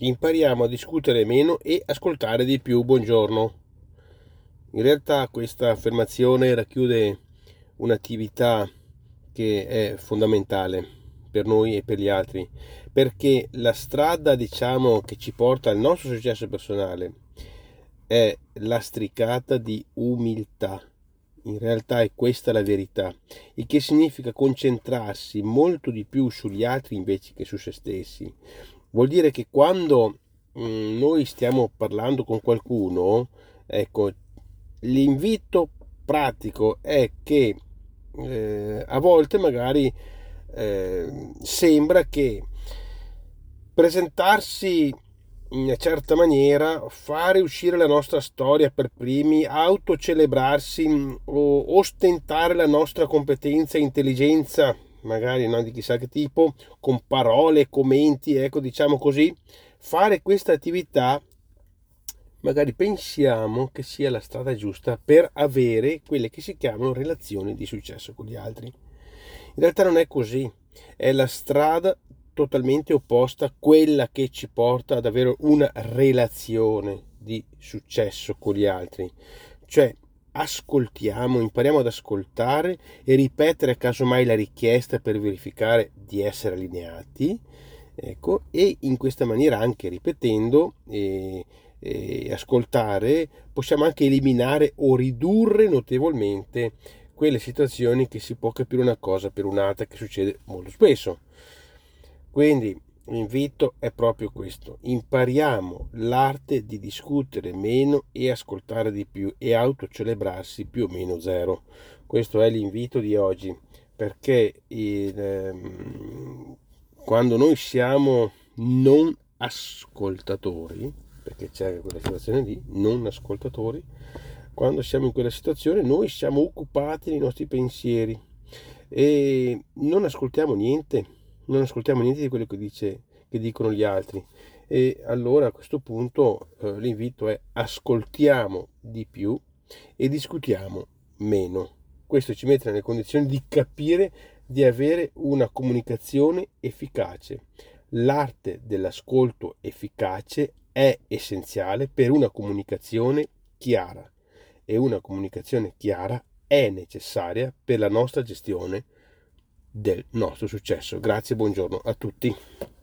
impariamo a discutere meno e ascoltare di più. Buongiorno. In realtà questa affermazione racchiude un'attività che è fondamentale per noi e per gli altri, perché la strada, diciamo, che ci porta al nostro successo personale è lastricata di umiltà. In realtà è questa la verità, il che significa concentrarsi molto di più sugli altri invece che su se stessi. Vuol dire che quando noi stiamo parlando con qualcuno, ecco, l'invito pratico è che a volte magari sembra che presentarsi in una certa maniera, fare uscire la nostra storia per primi, autocelebrarsi o ostentare la nostra competenza e intelligenza, magari non di chissà che tipo, con parole, commenti, ecco, diciamo così, fare questa attività magari pensiamo che sia la strada giusta per avere quelle che si chiamano relazioni di successo con gli altri. In realtà non è così, è la strada totalmente opposta a quella che ci porta ad avere una relazione di successo con gli altri. Cioè, ascoltiamo, impariamo ad ascoltare e ripetere casomai la richiesta per verificare di essere allineati, ecco, e in questa maniera anche ripetendo e ascoltare possiamo anche eliminare o ridurre notevolmente quelle situazioni che si può capire una cosa per un'altra, che succede molto spesso. Quindi l'invito è proprio questo: impariamo l'arte di discutere meno e ascoltare di più e autocelebrarsi più o meno zero. Questo è l'invito di oggi, perché quando noi siamo non ascoltatori, perché c'è quella situazione lì, non ascoltatori, quando siamo in quella situazione noi siamo occupati nei nostri pensieri e non ascoltiamo niente di quello che dicono gli altri. E allora a questo punto l'invito è: ascoltiamo di più e discutiamo meno. Questo ci mette nelle condizioni di capire di avere una comunicazione efficace. L'arte dell'ascolto efficace è essenziale per una comunicazione chiara, e una comunicazione chiara è necessaria per la nostra gestione del nostro successo. Grazie, buongiorno a tutti.